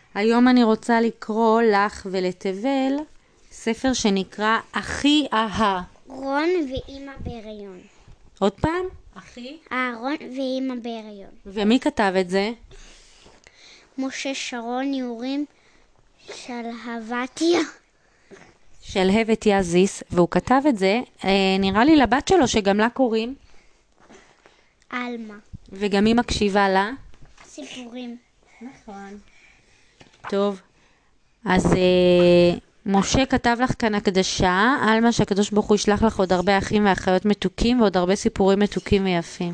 היום אני רוצה לקרוא לך ולתבל ספר שנקרא אחי אהה. רון ואמא בהיריון. עוד פעם? אחי? אהרון ואמא בהיריון. ומי כתב את זה? משה שרון יורים שלהבתיה. שלהבתיה זיס, והוא כתב את זה, נראה לי לבת שלו שגם לה קוראים, אלמה. וגם היא מקשיבה לה. סיפורים. נכון. טוב, אז משה כתב לך כאן הקדשה, אלמה שהקדוש ברוך הוא ישלח לך עוד הרבה אחים ואחיות מתוקים ועוד הרבה סיפורים מתוקים ויפים.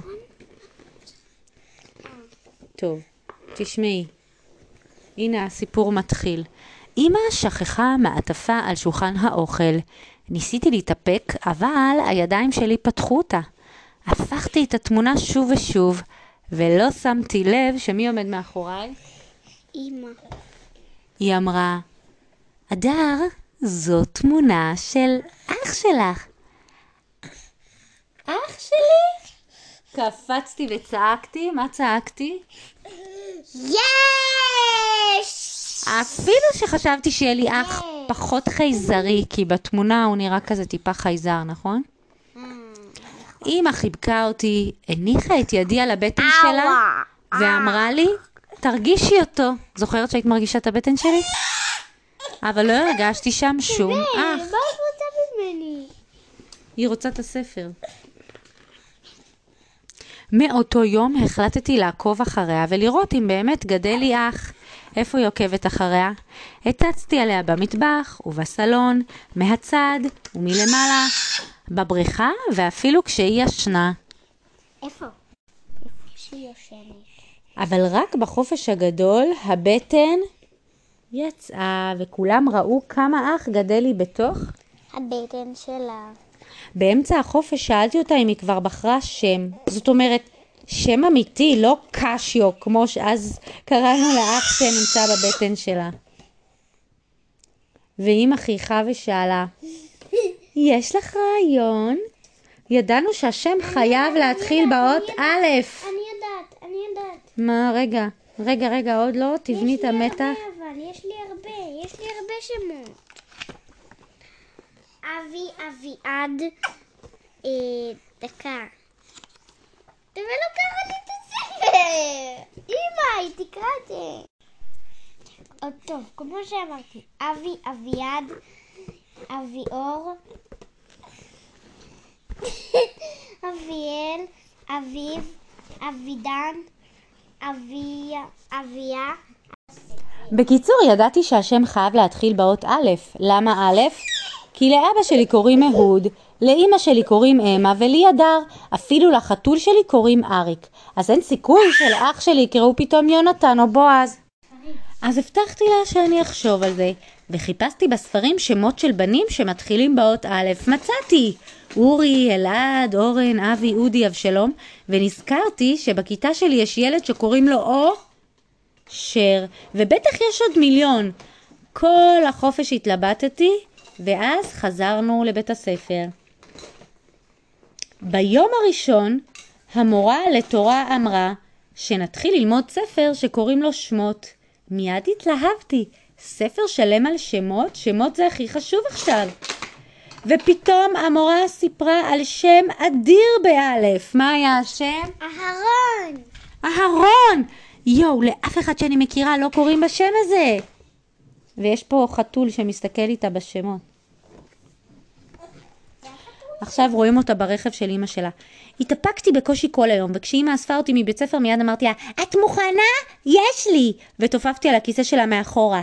טוב, תשמעי. הנה הסיפור מתחיל. אמא שכחה מעטפה על שולחן האוכל. ניסיתי להתאפק, אבל הידיים שלי פתחו אותה. הפכתי את התמונה שוב ושוב, ולא שמתי לב שמי עומד מאחוריי. אמא. היא אמרה, אדר, זו תמונה של אח שלך. אח שלי? קפצתי וצעקתי. מה צעקתי? יש! אפילו שחשבתי שיהיה לי אח פחות חייזרי, כי בתמונה הוא נראה כזה טיפה חייזר, נכון? אמא חיבקה אותי, הניחה את ידי על הבטן שלה, ואמרה לי, תרגישי אותו. זוכרת שהיית מרגישה את הבטן שלי? אבל לא הרגשתי שם שום אח. מה את רוצה ממני? היא רוצה את הספר. מאותו יום החלטתי לעקוב אחריה ולראות אם באמת גדל לי אח. איפה היא עוקבת אחריה? הצצתי עליה במטבח ובסלון, מהצד ומלמעלה, בבריכה ואפילו כשהיא ישנה. איפה שהיא יושנת. אבל רק בחופש הגדול הבטן יצאה וכולם ראו כמה אח גדל לי בתוך. הבטן שלה. באמצע החופש שאלתי אותה אם היא כבר בחרה שם. זאת אומרת, שם אמיתי, לא קשיו, כמו שאז קראנו לאח שנמצא בבטן שלה. ואמא חייכה ושאלה, יש לך רעיון? ידענו שהשם חייב להתחיל באות א'. אני יודעת. מה, רגע, עוד לא, תבני את המתח. יש לי הרבה שמות. אביעד, דקה. אבל לא קראתי את הספר. אמא, היא תקרא את זה. עוד טוב, כמו שאמרתי. אביעד, אביאור, אביאל, אביב, אבידן, אביה. בקיצור, ידעתי שהשם חייב להתחיל באות א'. למה א'? כי לאבא שלי קוראים אהוד, לאמא שלי קוראים אמא ולי אדר, אפילו לחתול שלי קוראים אריק. אז אין סיכוי שלאח שלי יקראו פתאום יונתן או בועז. אז הבטחתי לה שאני אחשוב על זה, וחיפשתי בספרים שמות של בנים שמתחילים באות א'. מצאתי אורי, אלעד, אורן, אבי, אודי, אבשלום, ונזכרתי שבכיתה שלי יש ילד שקוראים לו שר, ובטח יש עוד מיליון. כל החופש התלבטתי, ואז חזרנו לבית הספר. ביום הראשון, המורה לתורה אמרה שנתחיל ללמוד ספר שקוראים לו שמות. מיד התלהבתי, ספר שלם על שמות, שמות זה הכי חשוב עכשיו. ופתאום המורה סיפרה על שם אדיר באלף. מה היה השם? אהרון! יואו, לאף אחד שאני מכירה לא קוראים בשם הזה. ויש פה חתול שמסתכל איתה בשמות. עכשיו רואים אותה ברכב של אמא שלה. התאפקתי בקושי כל היום, וכשאמא אספה אותי מבית ספר מיד אמרתי לה, את מוכנה? יש לי! ותופפתי על הכיסא שלה מאחורה.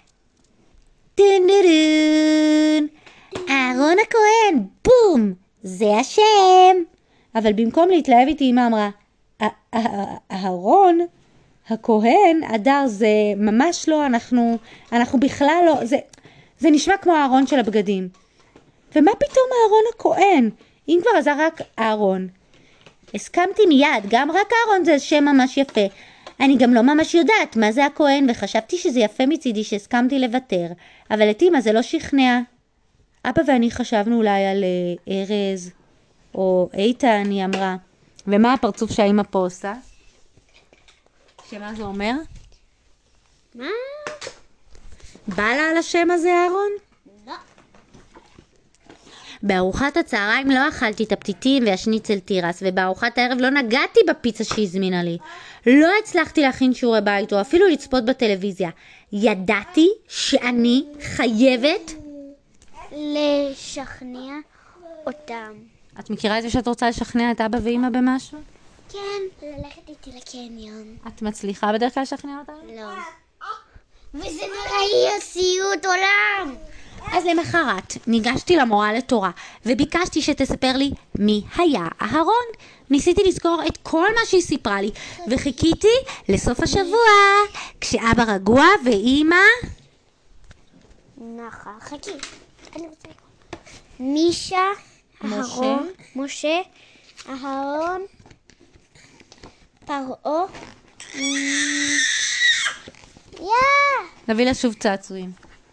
טונדרון! אהרון הכהן! בום! זה השם! אבל במקום להתלהב איתי, אמא אמרה, אהרון הכהן, אדר, זה ממש לא, אנחנו בכלל לא, זה נשמע כמו הארון של הבגדים. ומה פתאום אהרון הכהן? אם כבר אז רק אהרון. הסכמתי מיד, גם רק אהרון זה שם ממש יפה. אני גם לא ממש יודעת מה זה הכהן, וחשבתי שזה יפה מצידי שהסכמתי לוותר. אבל את אמא זה לא שכנע. אבא ואני חשבנו אולי על ארז, או איתן, היא אמרה. ומה הפרצוף שהאמא פה עושה? שמה זה אומר? מה? בא לה על השם הזה, אהרון? לא. בארוחת הצהריים לא אכלתי את הפתיתים והשניצל תירס, ובארוחת הערב לא נגעתי בפיצה שהזמינה לי. לא הצלחתי להכין שיעורי בית או אפילו לצפות בטלוויזיה. ידעתי שאני חייבת... לשכנע אותם. את מכירה את זה שאת רוצה לשכנע את אבא ואמא במשהו? כן, ללכת איתי לקניון. את מצליחה בדרך כלל לשכנע אותם? לא. וזה נוראי, סיוט עולם. אז למחרת ניגשתי למורה לתורה וביקשתי שתספר לי מי היה אהרון. ניסיתי לזכור את כל מה שהיא סיפרה לי וחיכיתי לסוף השבוע כשאבא רגוע ואמא... נחה, חכי. אני רוצה לקרוא. מישה, אהרון, משה, אהרון, פרעה. נביא לה שוב צעצועים.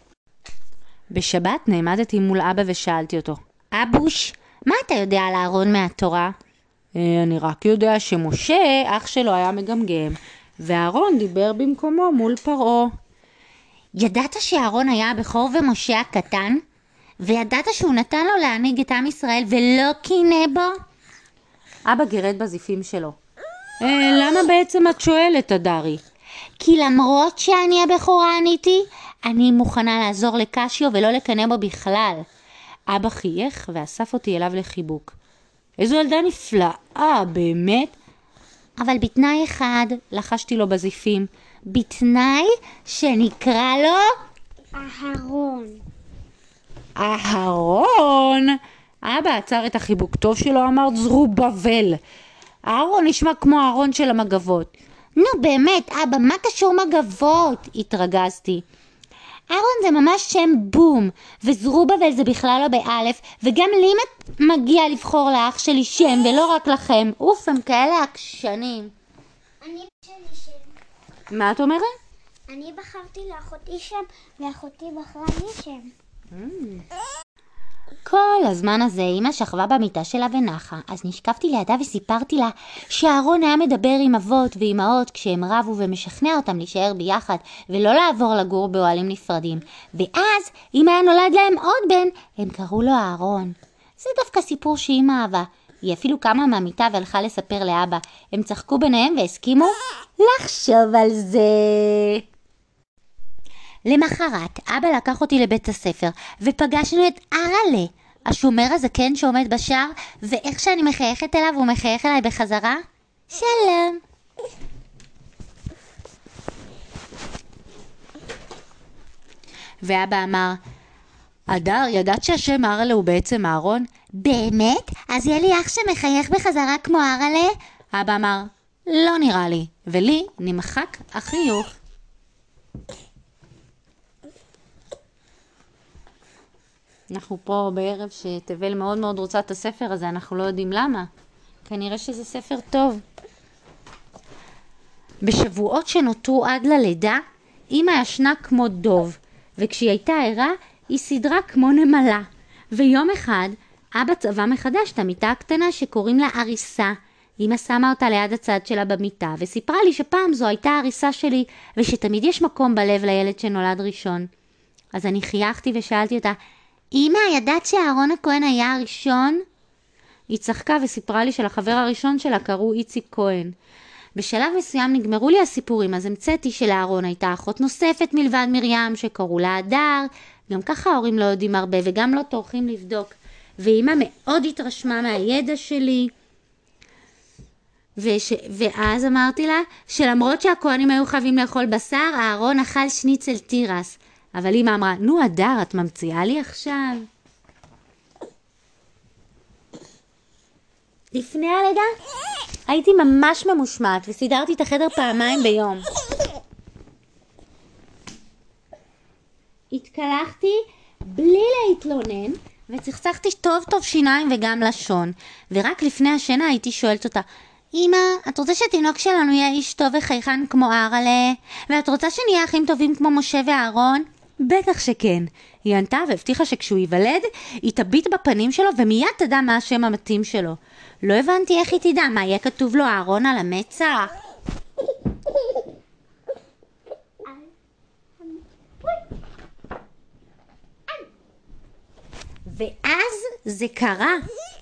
בשבת נעמדתי מול אבא ושאלתי אותו, אבוש, מה אתה יודע על אהרון מהתורה? אני רק יודע שמשה, אח שלו, היה מגמגם, ואהרון דיבר במקומו מול פרעה. ידעת שאהרון היה הבכור ומשה הקטן? וידעת שהוא נתן לו להנהיג את עם ישראל ולא קינא בו? אבא גירד בזיפים שלו. למה בעצם את שואלת, אדרי? כי למרות שאני הבכורה עניתי, אני מוכנה לעזור לקשיו ולא לקנא בו בכלל. אבא חייך ואסף אותי אליו לחיבוק. איזו ילדה נפלאה, באמת. אבל בתנאי אחד לחשתי לו בזיפים. בתנאי שנקרא לו... אהרון. אהרון? אבא עצר את החיבוק טוב שלו, אמר זרובבל. אהרון נשמע כמו אהרון של המגבות. נו באמת, אבא, מה קשור מגבות? התרגזתי. אהרון זה ממש שם בום, וזרובבל זה בכלל לא באלף, וגם לי מגיע לבחור לאח שלי שם ולא רק לכם. אוף, הם כאלה עקשנים. אני שלי שם. מה את אומרת? אני בחרתי לאחותי שם, ואחותי בחרה לי שם. כל הזמן הזה אמא שכבה במיטה שלה ונחה, אז נשקפתי לידה וסיפרתי לה שאהרון היה מדבר עם אבות ואמהות כשהם רבו ומשכנע אותם להישאר ביחד ולא לעבור לגור באוהלים נפרדים. ואז אם היה נולד להם עוד בן, הם קראו לו אהרון. זה דווקא סיפור שאמא אהבה. היא אפילו קמה מהמיטה והלכה לספר לאבא. הם צחקו ביניהם והסכימו לחשוב על זה. למחרת אבא לקח אותי לבית הספר ופגשנו את ארלה, השומר הזקן שעומד בשער, ואיך שאני מחייכת אליו הוא מחייך אליי בחזרה. שלום. ואבא אמר, אדר, ידעת שהשם ארלה הוא בעצם אהרון? באמת? אז יהיה לי אח שמחייך בחזרה כמו ארלה? אבא אמר, לא נראה לי, ולי נמחק החיוך. אנחנו פה בערב שתבל מאוד מאוד רוצה את הספר הזה, אנחנו לא יודעים למה. כנראה שזה ספר טוב. בשבועות שנותרו עד ללידה, אמא ישנה כמו דוב, וכשהיא הייתה ערה, היא סדרה כמו נמלה. ויום אחד, אבא צבע מחדש את המיטה הקטנה שקוראים לה אריסה. אמא שמה אותה ליד הצד שלה במיטה, וסיפרה לי שפעם זו הייתה האריסה שלי, ושתמיד יש מקום בלב לילד שנולד ראשון. אז אני חייכתי ושאלתי אותה, אמא, ידעת שאהרון הכהן היה הראשון? היא צחקה וסיפרה לי שלחבר הראשון שלה קראו איציק כהן. בשלב מסוים נגמרו לי הסיפורים, אז המצאתי שלאהרון הייתה אחות נוספת מלבד מרים שקראו לה אדר. גם ככה ההורים לא יודעים הרבה וגם לא טורחים לבדוק. ואמא מאוד התרשמה מהידע שלי. ואז אמרתי לה שלמרות שהכהנים היו חייבים לאכול בשר, אהרון אכל שניצל תירס. אבל אמא אמרה, נו אדר, את ממציאה לי עכשיו. לפני הלידה הייתי ממש ממושמעת וסידרתי את החדר פעמיים ביום. התקלחתי בלי להתלונן וצחצחתי טוב טוב שיניים וגם לשון. ורק לפני השינה הייתי שואלת אותה, אמא, את רוצה שתינוק שלנו יהיה איש טוב וחייכן כמו ארלה? ואת רוצה שנהיה אחים טובים כמו משה ואהרון? בטח שכן. היא ענתה והבטיחה שכשהוא ייוולד, היא תביט בפנים שלו ומיד תדע מה השם המתאים שלו. לא הבנתי איך היא תדע, מה יהיה כתוב לו אהרון על המצח? ואז זה קרה.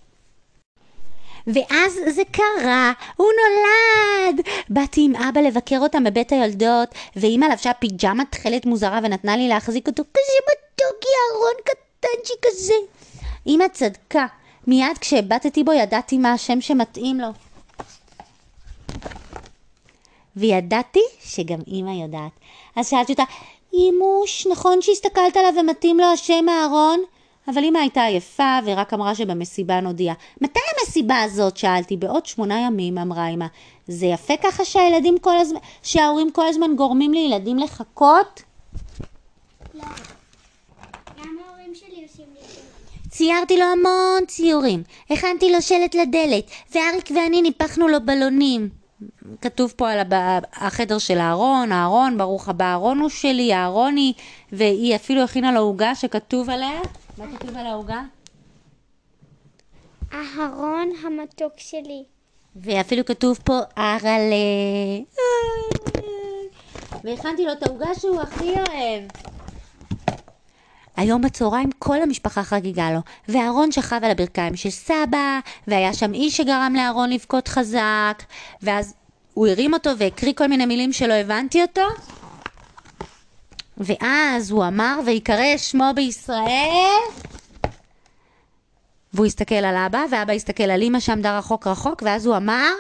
הוא נולד. באתי עם אבא לבקר אותם בבית הילדות, ואמא לבשה פיג'מה תכלת מוזרה ונתנה לי להחזיק אותו כזה מתוקי, אהרון קטנצ'י כזה. אמא צדקה, מיד כשהבטתי בו ידעתי מה השם שמתאים לו. וידעתי שגם אמא יודעת. אז שאלתי אותה, אמוש, נכון שהסתכלת עליו ומתאים לו השם אהרון? אבל אמא הייתה עייפה ורק אמרה שבמסיבה נודיע. מתי המסיבה הזאת? שאלתי. בעוד 8 ימים, אמרה אמא. זה יפה ככה שההורים כל הזמן גורמים לילדים לחכות? לא. גם ההורים שלי עושים לי זה. ציירתי לו המון ציורים. הכנתי לו שלט לדלת, ואריק ואני ניפחנו לו בלונים. כתוב פה על החדר של אהרון, ברוך הבא אהרון הוא שלי, אהרוני, והיא אפילו הכינה לו עוגה שכתוב עליה. מה כתוב על העוגה? אהרון המתוק שלי. ואפילו כתוב פה ארלה. והכנתי לו את העוגה שהוא הכי אוהב. היום בצהריים כל המשפחה חגיגה לו, ואהרון שכב על הברכיים של סבא, והיה שם איש שגרם לאהרון לבכות חזק, ואז הוא הרים אותו והקריא כל מיני מילים שלא הבנתי אותו, ואז הוא אמר ויקרא שמו בישראל, והוא הסתכל על אבא, ואבא הסתכל על אמא שעמדה רחוק רחוק, ואז הוא אמר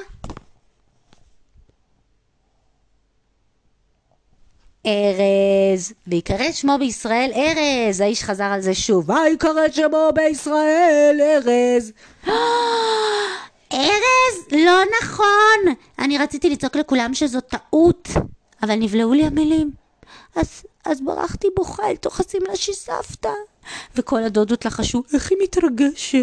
ארז, ויקרא שמו בישראל ארז. האיש חזר על זה שוב, ויקרא שמו בישראל ארז. ארז? לא נכון. אני רציתי לצעוק לכולם שזו טעות, אבל נבלעו לי המילים. אז ברחתי בוכה אל תוך השמלה שסבתא, וכל הדודות לחשו איך היא מתרגשת.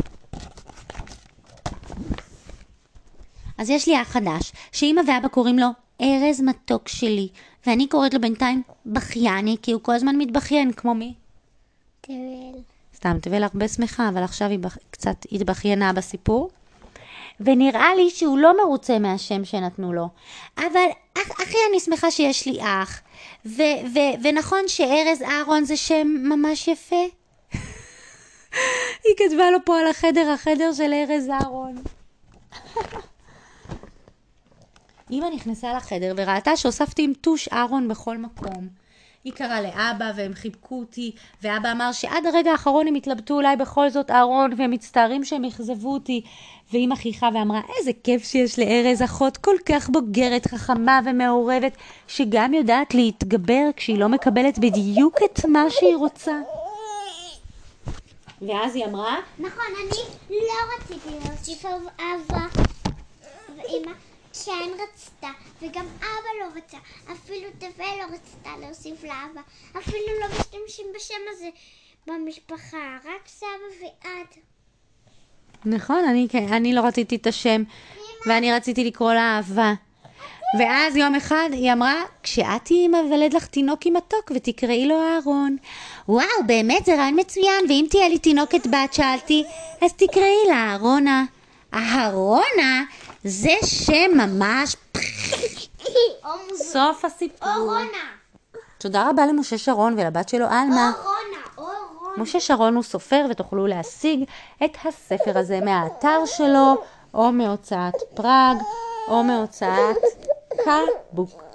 אז יש לי אח חדש, שאמא ואבא קוראים לו ארז מתוק שלי, ואני קוראת לו בינתיים בכייני, כי הוא כל הזמן מתבכיין, כמו מי? תבל. סתם, תבל הרבה שמחה, אבל עכשיו היא קצת התבכיינה בסיפור. ונראה לי שהוא לא מרוצה מהשם שנתנו לו. אבל אחי, אני שמחה שיש לי אח. ונכון שארז אהרון זה שם ממש יפה. היא כתבה לו פה על החדר של ארז אהרון. אמא נכנסה לחדר וראתה שהוספתי עם טוש אהרון בכל מקום. היא קראה לאבא והם חיבקו אותי, ואבא אמר שעד הרגע האחרון הם התלבטו אולי בכל זאת אהרון, והם מצטערים שהם יחזבו אותי. ואמא חיכה ואמרה, איזה כיף שיש לארז אחות כל כך בוגרת, חכמה ומעורבת, שגם יודעת להתגבר כשהיא לא מקבלת בדיוק את מה שהיא רוצה. ואז היא אמרה, נכון, אני לא רציתי להוסיף אהבה, ואמא כן רצתה, וגם אבא לא רצה, אפילו תבל לא רצתה להוסיף לאבא, אפילו לא משתמשים בשם הזה במשפחה, רק סבא ועד. נכון, אני לא רציתי את השם, ואני רציתי לקרוא לה אהבה. ואז יום אחד היא אמרה, כשאת תהיי אמא ולד לך תינוק עם מתוק ותקראי לו אהרון. וואו, באמת זה רעיון מצוין, ואם תהיה לי תינוקת בת, שאלתי, אז תקראי לה אהרונה. אהרונה זה שם ממש סוף הסיפור. אורונה. תודה רבה למשה שרון ולבת שלו אלמה. אורונה. משה שרון הוא סופר, ותוכלו להשיג את הספר הזה מהאתר שלו, או מהוצאת פראג, או מהוצאת קבוק.